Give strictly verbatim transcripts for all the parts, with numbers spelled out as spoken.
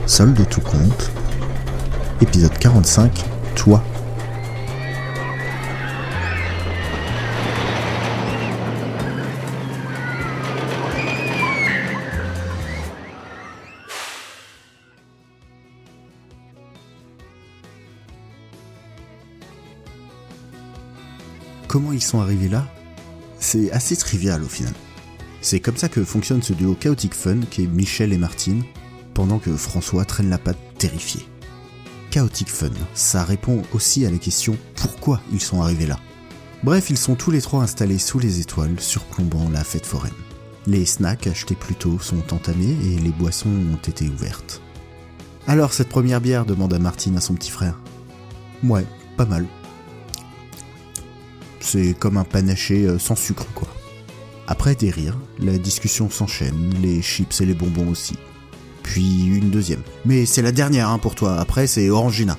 Solde de tout compte, épisode quarante-cinq, Toi. Comment ils sont arrivés là ? C'est assez trivial au final. C'est comme ça que fonctionne ce duo Chaotic Fun qu'est Michel et Martine, pendant que François traîne la patte terrifié. Chaotic Fun, ça répond aussi à la question pourquoi ils sont arrivés là. Bref, ils sont tous les trois installés sous les étoiles, surplombant la fête foraine. Les snacks achetés plus tôt sont entamés et les boissons ont été ouvertes. Alors cette première bière, demanda Martine à son petit frère. Ouais, pas mal. C'est comme un panaché sans sucre, quoi. Après des rires, la discussion s'enchaîne, les chips et les bonbons aussi. Puis une deuxième. Mais c'est la dernière hein, pour toi, après c'est Orangina.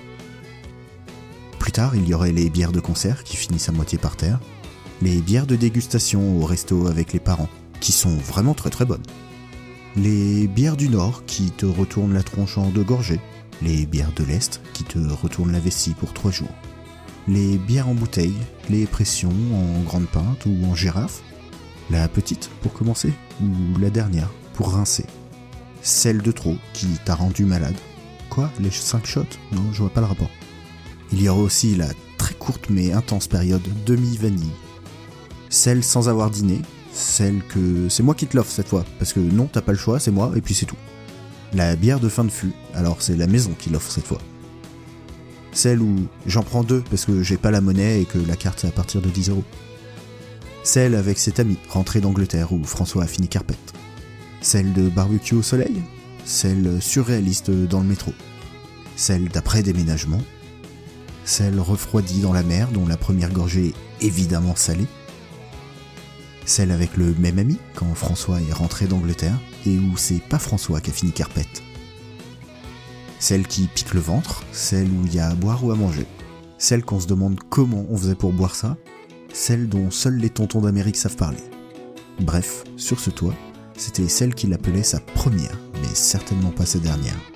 Plus tard, il y aurait les bières de concert qui finissent à moitié par terre, les bières de dégustation au resto avec les parents, qui sont vraiment très très bonnes. Les bières du Nord qui te retournent la tronche en deux gorgées, les bières de l'Est qui te retournent la vessie pour trois jours. Les bières en bouteille, les pressions en grande pinte ou en girafe, la petite pour commencer, ou la dernière pour rincer. Celle de trop qui t'a rendu malade. Quoi, les cinq shots ? Non, je vois pas le rapport. Il y aura aussi la très courte mais intense période demi-vanille. Celle sans avoir dîné, celle que c'est moi qui te l'offre cette fois, parce que non, t'as pas le choix, c'est moi, et puis c'est tout. La bière de fin de fût, alors c'est la maison qui l'offre cette fois. Celle où j'en prends deux parce que j'ai pas la monnaie et que la carte c'est à partir de dix euros. Celle avec cet ami rentré d'Angleterre où François a fini carpette. Celle de barbecue au soleil. Celle surréaliste dans le métro. Celle d'après déménagement. Celle refroidie dans la mer dont la première gorgée est évidemment salée. Celle avec le même ami quand François est rentré d'Angleterre et où c'est pas François qui a fini carpette. Celle qui pique le ventre, celle où il y a à boire ou à manger, celle qu'on se demande comment on faisait pour boire ça, celle dont seuls les tontons d'Amérique savent parler. Bref, sur ce toit, c'était celle qu'il appelait sa première, mais certainement pas sa dernière.